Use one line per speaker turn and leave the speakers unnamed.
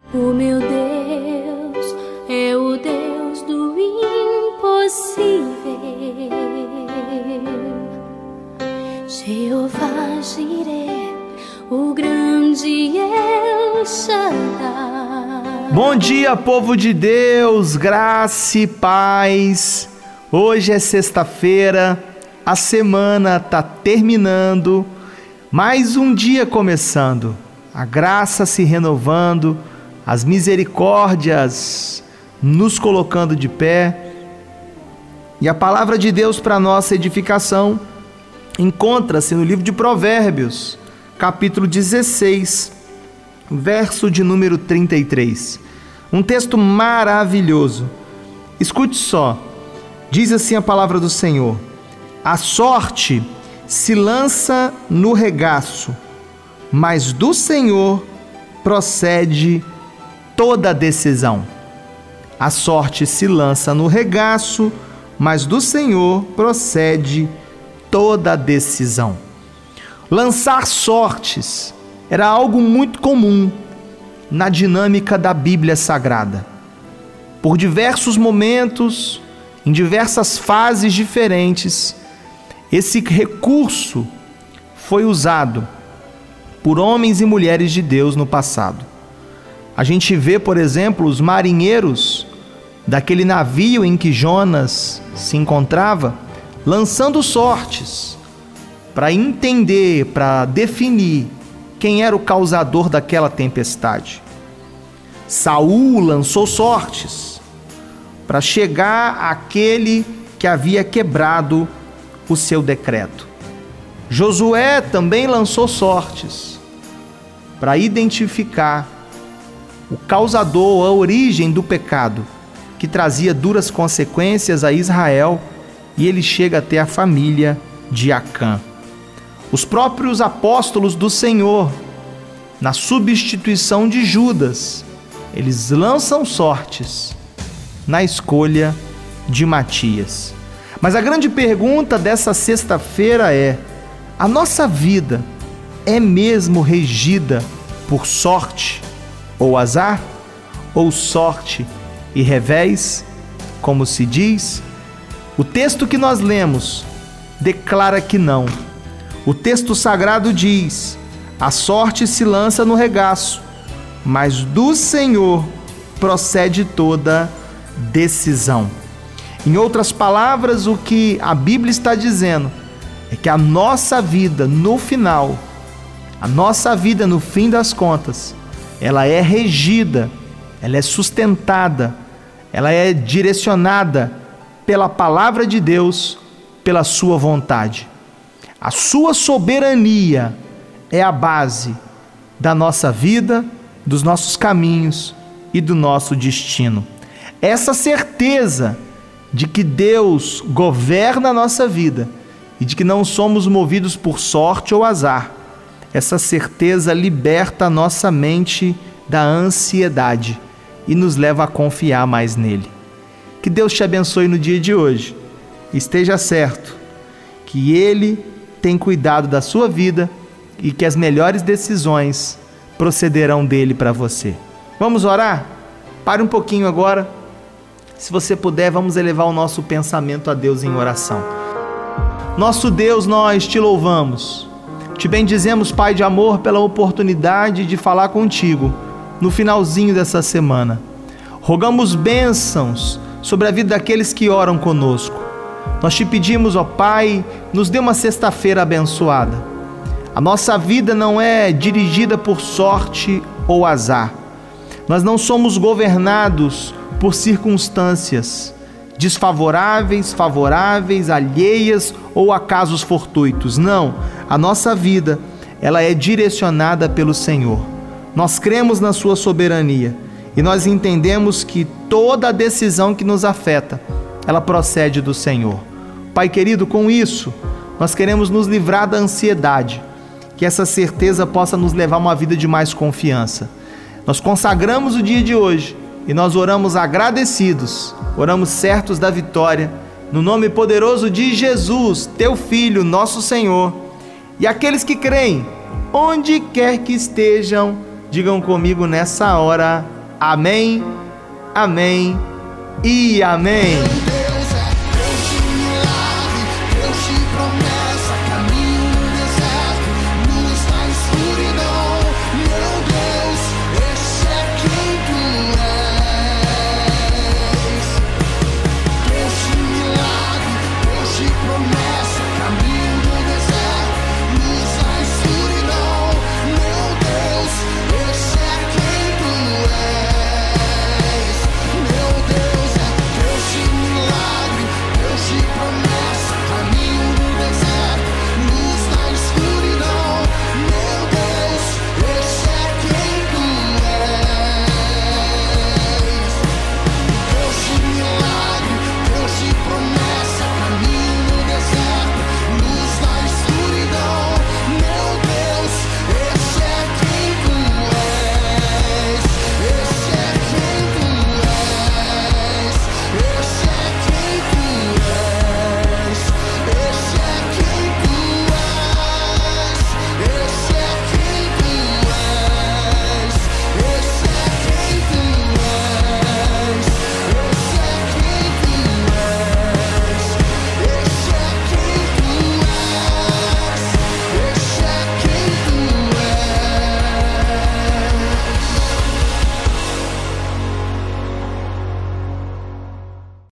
O meu Deus é o Deus do impossível. Jeová Jireh, o grande El Shaddai.
Bom dia, povo de Deus, graça e paz. Hoje é sexta-feira, a semana está terminando, mais um dia começando, a graça se renovando, as misericórdias nos colocando de pé. E a palavra de Deus para nossa edificação encontra-se no livro de Provérbios, capítulo 16, verso de número 33. Um texto maravilhoso. Escute só. Diz assim a palavra do Senhor: a sorte se lança no regaço, mas do Senhor procede toda a decisão. A sorte se lança no regaço, mas do Senhor procede toda a decisão. Lançar sortes era algo muito comum na dinâmica da Bíblia Sagrada. Por diversos momentos, em diversas fases diferentes, esse recurso foi usado por homens e mulheres de Deus no passado. A gente vê, por exemplo, os marinheiros daquele navio em que Jonas se encontrava, lançando sortes para entender, para definir quem era o causador daquela tempestade. Saul lançou sortes para chegar àquele que havia quebrado o seu decreto. Josué também lançou sortes para identificar o causador, a origem do pecado que trazia duras consequências a Israel, e ele chega até a família de Acã. Os próprios apóstolos do Senhor, na substituição de Judas, eles lançam sortes na escolha de Matias. Mas a grande pergunta dessa sexta-feira é: a nossa vida é mesmo regida por sorte ou azar? Ou sorte e revés, como se diz? O texto que nós lemos declara que não. O texto sagrado diz: a sorte se lança no regaço, mas do Senhor procede toda decisão. Em outras palavras, o que a Bíblia está dizendo é que a nossa vida no final, a nossa vida no fim das contas, ela é regida, ela é sustentada, ela é direcionada pela palavra de Deus, pela sua vontade. A sua soberania é a base da nossa vida, dos nossos caminhos e do nosso destino. Essa certeza de que Deus governa a nossa vida e de que não somos movidos por sorte ou azar, essa certeza liberta a nossa mente da ansiedade e nos leva a confiar mais nele. Que Deus te abençoe no dia de hoje. Esteja certo que Ele tem cuidado da sua vida e que as melhores decisões procederão dele para você. Vamos orar? Pare um pouquinho agora. Se você puder, vamos elevar o nosso pensamento a Deus em oração. Nosso Deus, nós te louvamos. Te bendizemos, Pai de amor, pela oportunidade de falar contigo no finalzinho dessa semana. Rogamos bênçãos sobre a vida daqueles que oram conosco. Nós te pedimos, ó Pai, nos dê uma sexta-feira abençoada. A nossa vida não é dirigida por sorte ou azar. Nós não somos governados por circunstâncias desfavoráveis, favoráveis, alheias ou acasos fortuitos. Não, a nossa vida, ela é direcionada pelo Senhor. Nós cremos na sua soberania e nós entendemos que toda a decisão que nos afeta, ela procede do Senhor. Pai querido, com isso, nós queremos nos livrar da ansiedade, que essa certeza possa nos levar a uma vida de mais confiança. Nós consagramos o dia de hoje e nós oramos agradecidos, oramos certos da vitória, no nome poderoso de Jesus, teu Filho, nosso Senhor. E aqueles que creem, onde quer que estejam, digam comigo nessa hora: Amém, amém e amém.